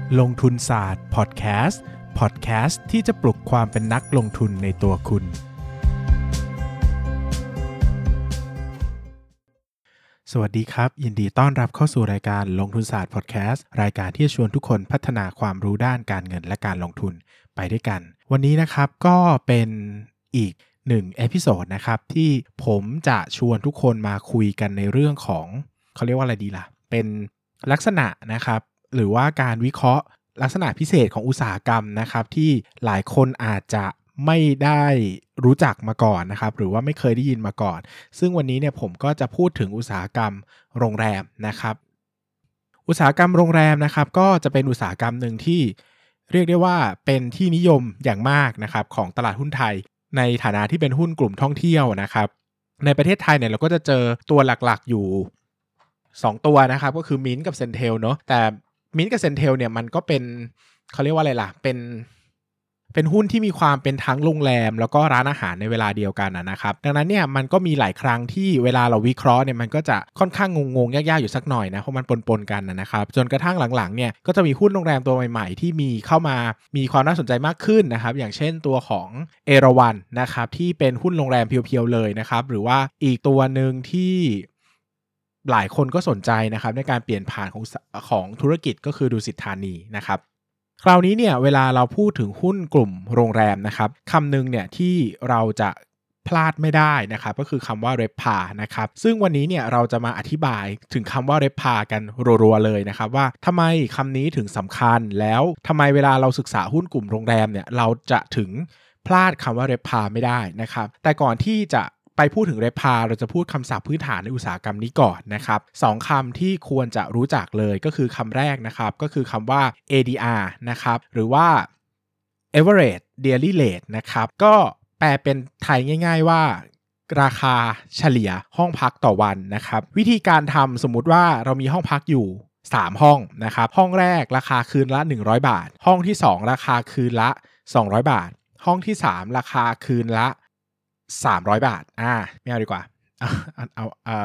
ลงทุนศาสตร์พอดแคสต์ที่จะปลุกความเป็นนักลงทุนในตัวคุณสวัสดีครับยินดีต้อนรับเข้าสู่รายการลงทุนศาสตร์พอดแคสต์รายการที่จะชวนทุกคนพัฒนาความรู้ด้านการเงินและการลงทุนไปด้วยกันวันนี้นะครับก็เป็นอีก1เอพิโซดนะครับที่ผมจะชวนทุกคนมาคุยกันในเรื่องของเขาเรียกว่าอะไรดีล่ะเป็นลักษณะนะครับหรือว่าการวิเคราะห์ลักษณะพิเศษของอุตสาหกรรมนะครับที่หลายคนอาจจะไม่ได้รู้จักมาก่อนนะครับหรือว่าไม่เคยได้ยินมาก่อนซึ่งวันนี้เนี่ยผมก็จะพูดถึงอุตสาหกรรมโรงแรมนะครับอุตสาหกรรมโรงแรมนะครับก็จะเป็นอุตสาหกรรมหนึ่งที่เรียกได้ว่าเป็นที่นิยมอย่างมากนะครับของตลาดหุ้นไทยในฐานะที่เป็นหุ้นกลุ่มท่องเที่ยวนะครับในประเทศไทยเนี่ยเราก็จะเจอตัวหลักๆอยู่2ตัวนะครับก็คือมิ้นท์กับเซ็นเทลเนาะแต่มิ้นท์กับเซ็นเทลเนี่ยมันก็เป็นเขาเรียกว่าอะไรล่ะเป็นหุ้นที่มีความเป็นทั้งโรงแรมแล้วก็ร้านอาหารในเวลาเดียวกันนะครับดังนั้นเนี่ยมันก็มีหลายครั้งที่เวลาเราวิเคราะห์เนี่ยมันก็จะค่อนข้างงงๆยากๆอยู่สักหน่อยนะเพราะมันปนๆกันนะครับจนกระทั่งหลังๆเนี่ยก็จะมีหุ้นโรงแรมตัวใหม่ๆที่มีเข้ามามีความน่าสนใจมากขึ้นนะครับอย่างเช่นตัวของเอราวัณนะครับที่เป็นหุ้นโรงแรมเพียวๆเลยนะครับหรือว่าอีกตัวนึงที่หลายคนก็สนใจนะครับในการเปลี่ยนผ่านของธุรกิจก็คือดุสิตธานีนะครับคราวนี้เนี่ยเวลาเราพูดถึงหุ้นกลุ่มโรงแรมนะครับคำหนึ่งเนี่ยที่เราจะพลาดไม่ได้นะครับก็คือคำว่า RevPAR นะครับซึ่งวันนี้เนี่ยเราจะมาอธิบายถึงคำว่า RevPAR กันรัวๆเลยนะครับว่าทำไมคำนี้ถึงสำคัญแล้วทำไมเวลาเราศึกษาหุ้นกลุ่มโรงแรมเนี่ยเราจะถึงพลาดคำว่า RevPAR ไม่ได้นะครับแต่ก่อนที่จะไปพูดถึง RevPAR เราจะพูดคำศัพท์พื้นฐานในอุตสาหกรรมนี้ก่อนนะครับ2คำที่ควรจะรู้จักเลยก็คือคำแรกนะครับก็คือคำว่า ADR นะครับหรือว่า Average Daily Rate นะครับก็แปลเป็นไทยง่ายๆว่าราคาเฉลี่ยห้องพักต่อวันนะครับวิธีการทำสมมุติว่าเรามีห้องพักอยู่3ห้องนะครับห้องแรกราคาคืนละ100บาทห้องที่2ราคาคืนละ200บาทห้องที่3ราคาคืนละ300บาทไม่เอาดีกว่าเอา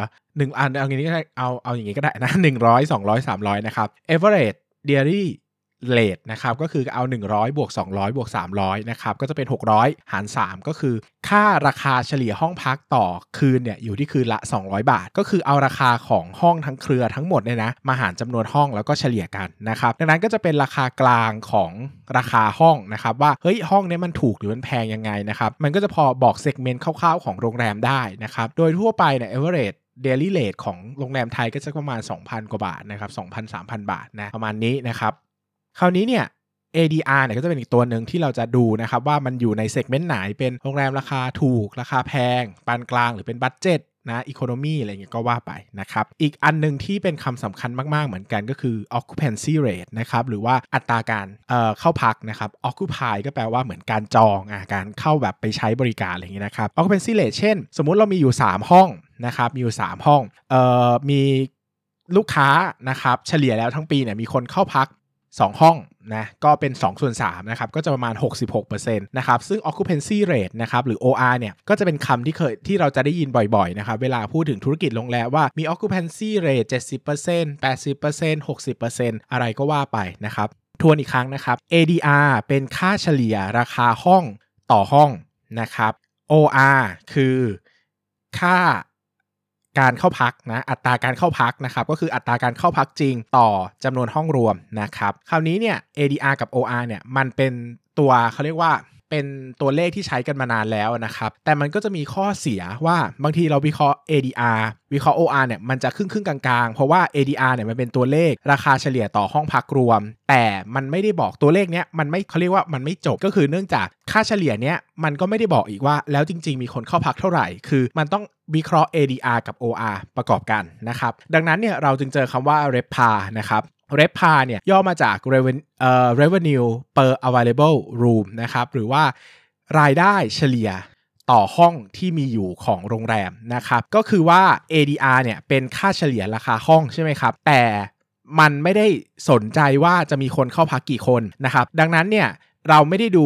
1อันเอาอย่างนี้ก็ได้เอาอย่างนี้ก็ได้นะ100 200 300นะครับ average daily rate นะครับก็คือเอา100บวก200บวก300นะครับก็จะเป็น600หาร3ก็คือค่าราคาเฉลี่ยห้องพักต่อคืนเนี่ยอยู่ที่คืนละ200บาทก็คือเอาราคาของห้องทั้งเครือทั้งหมดเนี่ยนะมาหารจำนวนห้องแล้วก็เฉลี่ยกันนะครับดังนั้นก็จะเป็นราคากลางของราคาห้องนะครับว่าเฮ้ยห้องนี้มันถูกหรือมันแพงยังไงนะครับมันก็จะพอบอกเซกเมนต์คร่าวๆของโรงแรมได้นะครับโดยทั่วไปเนี่ย average daily rate ของโรงแรมไทยก็จะประมาณ 2,000 กว่าบาทนะครับ 2,000-3,000 บาทนะประมาณนี้นะครับคราวนี้เนี่ย ADR เนี่ยก็จะเป็นอีกตัวหนึ่งที่เราจะดูนะครับว่ามันอยู่ในเซกเมนต์ไหนเป็นโรงแรมราคาถูกราคาแพงปานกลางหรือเป็นบัดเจ็ตนะอีโคโนมีอะไรเงี้ยก็ว่าไปนะครับอีกอันนึงที่เป็นคำสำคัญมากๆเหมือนกันก็คือ occupancy rate นะครับหรือว่าอัตราการเข้าพักนะครับ occupy ก็แปลว่าเหมือนการจองการเข้าแบบไปใช้บริการอะไรอย่างเงี้ยนะครับ occupancy rate เช่นสมมุติเรามีอยู่3ห้องนะครับมีอยู่3ห้องมีลูกค้านะครับเฉลี่ยแล้วทั้งปีเนี่ยมีคนเข้าพัก2ห้องนะก็เป็น2/3นะครับก็จะประมาณ 66% นะครับซึ่ง occupancy rate นะครับหรือ OR เนี่ยก็จะเป็นคำที่เราจะได้ยินบ่อยๆนะครับเวลาพูดถึงธุรกิจโรงแรมว่ามี occupancy rate 70% 80% 60% อะไรก็ว่าไปนะครับทวนอีกครั้งนะครับ ADR เป็นค่าเฉลี่ยราคาห้องต่อห้องนะครับ OR คือค่าการเข้าพักนะอัตราการเข้าพักนะครับก็คืออัตราการเข้าพักจริงต่อจำนวนห้องรวมนะครับคราวนี้เนี่ย ADR กับ OR เนี่ยมันเป็นตัวเขาเรียกว่าเป็นตัวเลขที่ใช้กันมานานแล้วนะครับแต่มันก็จะมีข้อเสียว่าบางทีเราวิเคราะห์ ADR วิเคราะห์ OR เนี่ยมันจะครึ่งกลางๆเพราะว่า ADR เนี่ยมันเป็นตัวเลขราคาเฉลี่ยต่อห้องพักรวมแต่มันไม่ได้บอกตัวเลขเนี้ยมันไม่เขาเรียกว่ามันไม่จบก็คือเนื่องจากค่าเฉลี่ยเนี้ยมันก็ไม่ได้บอกอีกว่าแล้วจริงๆมีคนเข้าพักเท่าไหร่คือมันต้องวิเคราะห์ ADR กับ OR ประกอบกันนะครับดังนั้นเนี่ยเราจึงเจอคำว่า RevPAR นะครับRevPAR เนี่ยย่อมาจาก revenue per available room นะครับหรือว่ารายได้เฉลี่ยต่อห้องที่มีอยู่ของโรงแรมนะครับก็คือว่า ADR เนี่ยเป็นค่าเฉลี่ยราคาห้องใช่ไหมครับแต่มันไม่ได้สนใจว่าจะมีคนเข้าพักกี่คนนะครับดังนั้นเนี่ยเราไม่ได้ดู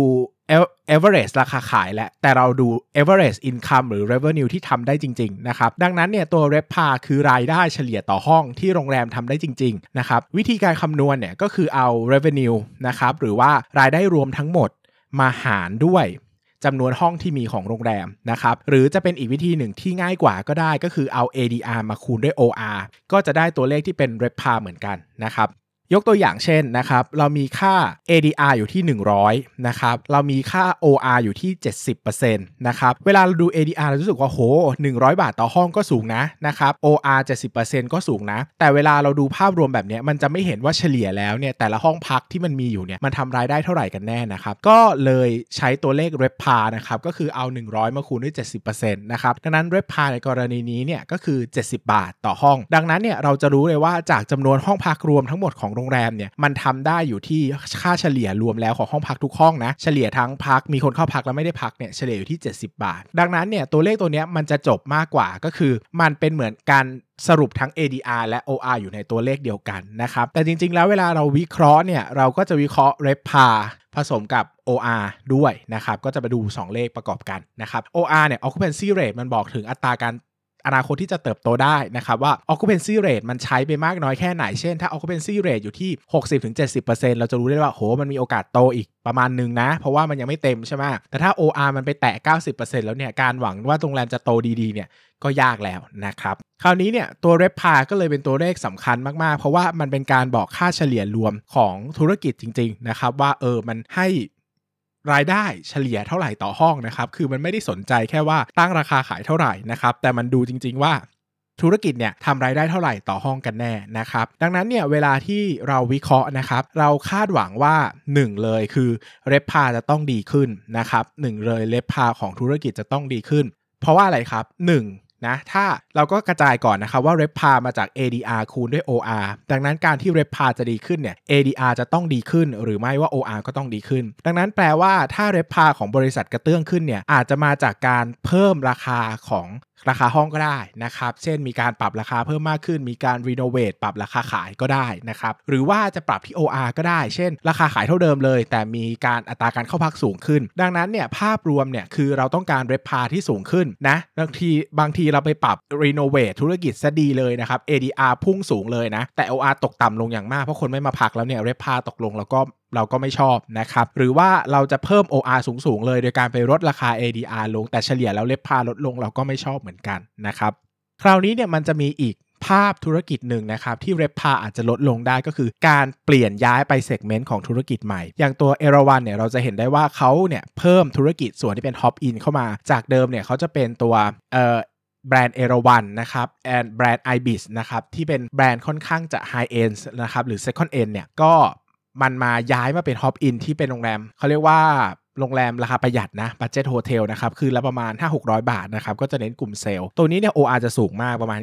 average ราคาขายแล้วแต่เราดู average income หรือ revenue ที่ทำได้จริงๆนะครับดังนั้นเนี่ยตัว RevPAR คือรายได้เฉลี่ยต่อห้องที่โรงแรมทำได้จริงๆนะครับวิธีการคำนวณเนี่ยก็คือเอา revenue นะครับหรือว่ารายได้รวมทั้งหมดมาหารด้วยจำนวนห้องที่มีของโรงแรมนะครับหรือจะเป็นอีกวิธีหนึ่งที่ง่ายกว่าก็ได้ก็คือเอา ADR มาคูณด้วย OR ก็จะได้ตัวเลขที่เป็น RevPAR เหมือนกันนะครับยกตัวอย่างเช่นนะครับเรามีค่า ADR อยู่ที่100นะครับเรามีค่า OR อยู่ที่ 70% นะครับเวลาเราดู ADR เรารู้สึกว่าโห100 บาทต่อห้องก็สูงนะครับ OR 70% ก็สูงนะแต่เวลาเราดูภาพรวมแบบนี้มันจะไม่เห็นว่าเฉลี่ยแล้วเนี่ยแต่ละห้องพักที่มันมีอยู่เนี่ยมันทำรายได้เท่าไหร่กันแน่นะครับก็เลยใช้ตัวเลข RevPAR นะครับก็คือเอา100มาคูณด้วย 70% นะครับดังนั้น RevPAR ในกรณีนี้เนี่ยก็คือ70 บาทต่อห้องดังนั้นเนี่ยเราจะรู้เลยว่าจากจำนวนห้องพักรวมทั้งหมดของโรงแรมเนี่ยมันทำได้อยู่ที่ค่าเฉลี่ยรวมแล้วของห้องพักทุกห้องนะเฉลี่ยทั้งพักมีคนเข้าพักแล้วไม่ได้พักเนี่ยเฉลี่ยอยู่ที่70 บาทดังนั้นเนี่ยตัวเลขตัวนี้มันจะจบมากกว่าก็คือมันเป็นเหมือนการสรุปทั้ง ADR และ OR อยู่ในตัวเลขเดียวกันนะครับแต่จริงๆแล้วเวลาเราวิเคราะห์เนี่ยเราก็จะวิเคราะห์ RevPAR ผสมกับ OR ด้วยนะครับก็จะไปดู2เลขประกอบกันนะครับ OR เนี่ย Occupancy Rate มันบอกถึงอัตราการอนาคตที่จะเติบโตได้นะครับว่า occupancy rate มันใช้ไปมากน้อยแค่ไหนเช่นถ้า occupancy rate อยู่ที่ 60-70% เราจะรู้ได้ว่าโหมันมีโอกาสโตอีกประมาณนึงนะเพราะว่ามันยังไม่เต็มใช่ไหมแต่ถ้า OR มันไปแตะ 90% แล้วเนี่ยการหวังว่าโรงแรมจะโตดีๆเนี่ยก็ยากแล้วนะครับคราวนี้เนี่ยตัว RevPAR ก็เลยเป็นตัวเลขสำคัญมากๆเพราะว่ามันเป็นการบอกค่าเฉลี่ยรวมของธุรกิจจริงๆนะครับว่ามันให้รายได้เฉลี่ยเท่าไหร่ต่อห้องนะครับคือมันไม่ได้สนใจแค่ว่าตั้งราคาขายเท่าไหร่นะครับแต่มันดูจริงๆว่าธุรกิจเนี่ยทำรายได้เท่าไหร่ต่อห้องกันแน่นะครับดังนั้นเนี่ยเวลาที่เราวิเคราะห์นะครับเราคาดหวังว่า1เลยคือ RevPAR จะต้องดีขึ้นนะครับ1เลย RevPAR ของธุรกิจจะต้องดีขึ้นเพราะว่าอะไรครับ1นะถ้าเราก็กระจายก่อนนะครับว่า RevPAR มาจาก ADR คูณด้วย OR ดังนั้นการที่ RevPAR จะดีขึ้นเนี่ย ADR จะต้องดีขึ้นหรือไม่ว่า OR ก็ต้องดีขึ้นดังนั้นแปลว่าถ้า RevPAR ของบริษัทกระเตื้องขึ้นเนี่ยอาจจะมาจากการเพิ่มราคาของราคาห้องก็ได้นะครับเช่นมีการปรับราคาเพิ่มมากขึ้นมีการรีโนเวทปรับราคาขายก็ได้นะครับหรือว่าจะปรับที่ OR ก็ได้เช่นราคาขายเท่าเดิมเลยแต่มีการอัตราการเข้าพักสูงขึ้นดังนั้นเนี่ยภาพรวมเนี่ยคือเราต้องการ RevPAR ที่สูงขึ้นนะบางทีเราไปปรับรีโนเวทธุรกิจซะดีเลยนะครับ ADR พุ่งสูงเลยนะแต่ OR ตกต่ำลงอย่างมากเพราะคนไม่มาพักแล้วเนี่ย RevPAR ตกลงแล้วก็เราก็ไม่ชอบนะครับหรือว่าเราจะเพิ่ม OR สูงๆเลยโดยการไปลดราคา ADR ลงแต่เฉลี่ยแล้ว RevPAR ลดลงเราก็ไม่ชอบเหมือนกันนะครับคราวนี้เนี่ยมันจะมีอีกภาพธุรกิจหนึ่งนะครับที่ RevPAR อาจจะลดลงได้ก็คือการเปลี่ยนย้ายไปเซกเมนต์ของธุรกิจใหม่อย่างตัวเอราวันเนี่ยเราจะเห็นได้ว่าเขาเนี่ยเพิ่มธุรกิจส่วนที่เป็น Hop In เข้ามาจากเดิมเนี่ยเขาจะเป็นตัวแบรนด์เอราวันนะครับแบรนด์ Ibis นะครับที่เป็นแบรนด์ค่อนข้างจะ High End นะครับหรือ Second End เนี่ยก็มันมาย้ายมาเป็น Hop In ที่เป็นโรงแรมเขาเรียกว่าโรงแรมราคาประหยัดนะบัดเจ็ตโฮเทลนะครับคือละประมาณ 500-600 บาทนะครับก็จะเน้นกลุ่มเซลล์ตัวนี้เนี่ย OR จะสูงมากประมาณ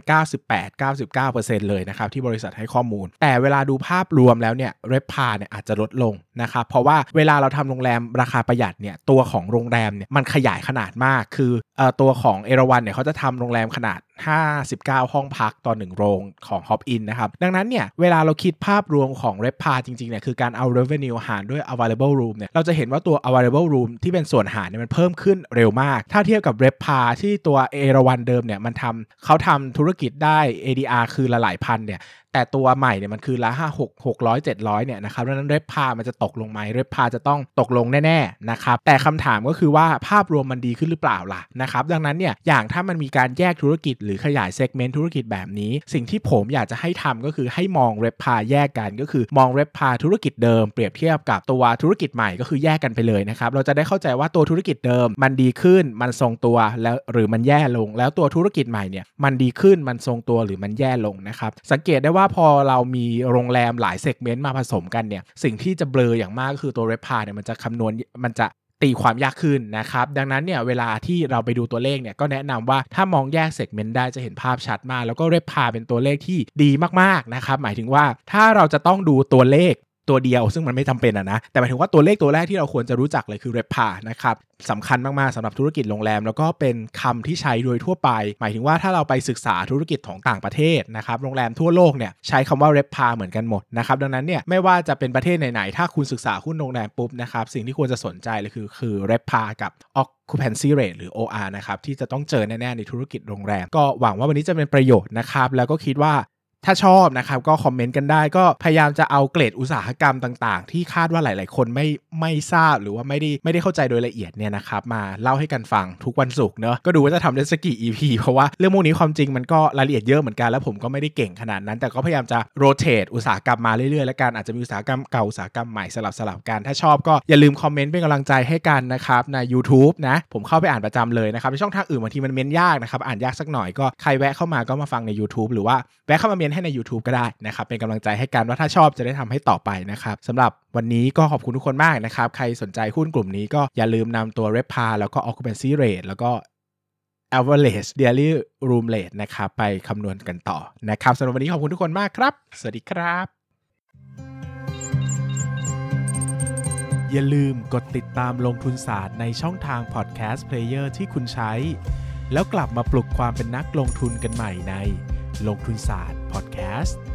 98-99% เลยนะครับที่บริษัทให้ข้อมูลแต่เวลาดูภาพรวมแล้วเนี่ย RevPAR เนี่ยอาจจะลดลงนะครับเพราะว่าเวลาเราทำโรงแรมราคาประหยัดเนี่ยตัวของโรงแรมเนี่ยมันขยายขนาดมากคือตัวของเอราวันเนี่ยเขาจะทำโรงแรมขนาด59ห้องพักต่อ1โรงของ Hop In นะครับดังนั้นเนี่ยเวลาเราคิดภาพรวมของ RevPAR จริงๆเนี่ยคือการเอา revenue หารด้วย available room เนี่ยเราจะเห็นว่าตัว available room ที่เป็นส่วนหารเนี่ยมันเพิ่มขึ้นเร็วมากถ้าเทียบกับ RevPAR ที่ตัวเอราวันเดิมเนี่ยเขาทำธุรกิจได้ ADR คือละหลายพันเนี่ยแต่ตัวใหม่เนี่ยมันคือละ600-700เนี่ยนะครับดังนั้น RevPAR มันจะตกลงไหม RevPAR จะต้องตกลงแน่ๆนะครับแต่คำถามก็คือว่าภาพรวมมันดีขึ้นหรือเปล่าล่ะนะครับดังนั้นเนี่ยอย่างถ้ามันมีการแยกธุรกิจหรือขยายเซกเมนต์ธุรกิจแบบนี้สิ่งที่ผมอยากจะให้ทำก็คือให้มอง RevPAR แยกกันก็คือมอง RevPAR ธุรกิจเดิมเปรียบเทียบกับตัวธุรกิจใหม่ก็คือแยกกันไปเลยนะครับเราจะได้เข้าใจว่าตัวธุรกิจเดิมมันดีขึ้นมันทรงตัวแล้วหรือมันแย่ลงแล้วตัวธุรกิจใหม่เนี่ยมันดีขึ้นมันทรงตัวหรือมันแย่ลงนะครับสังเกตได้ว่าพอเรามีโรงแรมหลายเซกเมนต์มาผสมกันเนี่ยสิ่งที่จะเบลออย่างมากก็คือตัว RevPAR เนี่ยมันจะคำนวณมันจะตีความยากขึ้นนะครับดังนั้นเนี่ยเวลาที่เราไปดูตัวเลขเนี่ยก็แนะนำว่าถ้ามองแยกเซกเมนต์ได้จะเห็นภาพชัดมากแล้วก็ RevPAR เป็นตัวเลขที่ดีมากๆนะครับหมายถึงว่าถ้าเราจะต้องดูตัวเลขตัวเดียวซึ่งมันไม่จำเป็นนะแต่หมายถึงว่าตัวเลขตัวแรกที่เราควรจะรู้จักเลยคือ RevPAR นะครับสำคัญมากๆสำหรับธุรกิจโรงแรมแล้วก็เป็นคำที่ใช้โดยทั่วไปหมายถึงว่าถ้าเราไปศึกษาธุรกิจของต่างประเทศนะครับโรงแรมทั่วโลกเนี่ยใช้คำว่า RevPAR เหมือนกันหมดนะครับดังนั้นเนี่ยไม่ว่าจะเป็นประเทศไหนๆถ้าคุณศึกษาหุ้นโรงแรมปุ๊บนะครับสิ่งที่ควรจะสนใจเลยคือ RevPAR กับ Occupancy Rate หรือ OR นะครับที่จะต้องเจอแน่ๆในธุรกิจโรงแรมก็หวังว่าวันนี้จะเป็นประโยชน์นะครับแล้วก็คิดว่าถ้าชอบนะครับก็คอมเมนต์กันได้ก็พยายามจะเอาเกรดอุตสาหกรรมต่างๆที่คาดว่าหลายๆคนไม่ทราบหรือว่าไม่ได้เข้าใจโดยละเอียดเนี่ยนะครับมาเล่าให้กันฟังทุกวันศุกร์เนอะก็ดูว่าจะทำได้สักกี่ EP เพราะว่าเรื่องพวกนี้ความจริงมันก็รายละเอียดเยอะเหมือนกันแล้วผมก็ไม่ได้เก่งขนาดนั้นแต่ก็พยายามจะโรเตทอุตสาหกรรมมาเรื่อยๆแล้วกันอาจจะมีอุตสาหกรรมเก่าอุตสาหกรรมใหม่สลับกันถ้าชอบก็อย่าลืมคอมเมนต์เป็นกำลังใจให้กันนะครับใน YouTube นะผมเข้าไปอ่านประจำเลยนะครับในช่องทางอื่นบางทีมันเม้นยากนะครับอ่านยากสักหน่อยก็ใครแวะเข้ามาก็มาฟังใน YouTube หรือว่าแวะเข้ามาเม้นให้ใน YouTube ก็ได้นะครับเป็นกำลังใจให้กันว่าถ้าชอบจะได้ทำให้ต่อไปนะครับสำหรับวันนี้ก็ขอบคุณทุกคนมากนะครับใครสนใจหุ้นกลุ่มนี้ก็อย่าลืมนำตัว RevPAR แล้วก็ Occupancy Rate แล้วก็ Average Daily Room Rate นะครับไปคำนวณกันต่อนะครับสำหรับวันนี้ขอบคุณทุกคนมากครับสวัสดีครับอย่าลืมกดติดตามลงทุนศาสตร์ในช่องทาง Podcast Player ที่คุณใช้แล้วกลับมาปลุกความเป็นนักลงทุนกันใหม่ในลงทุนศาสตร์ Podcast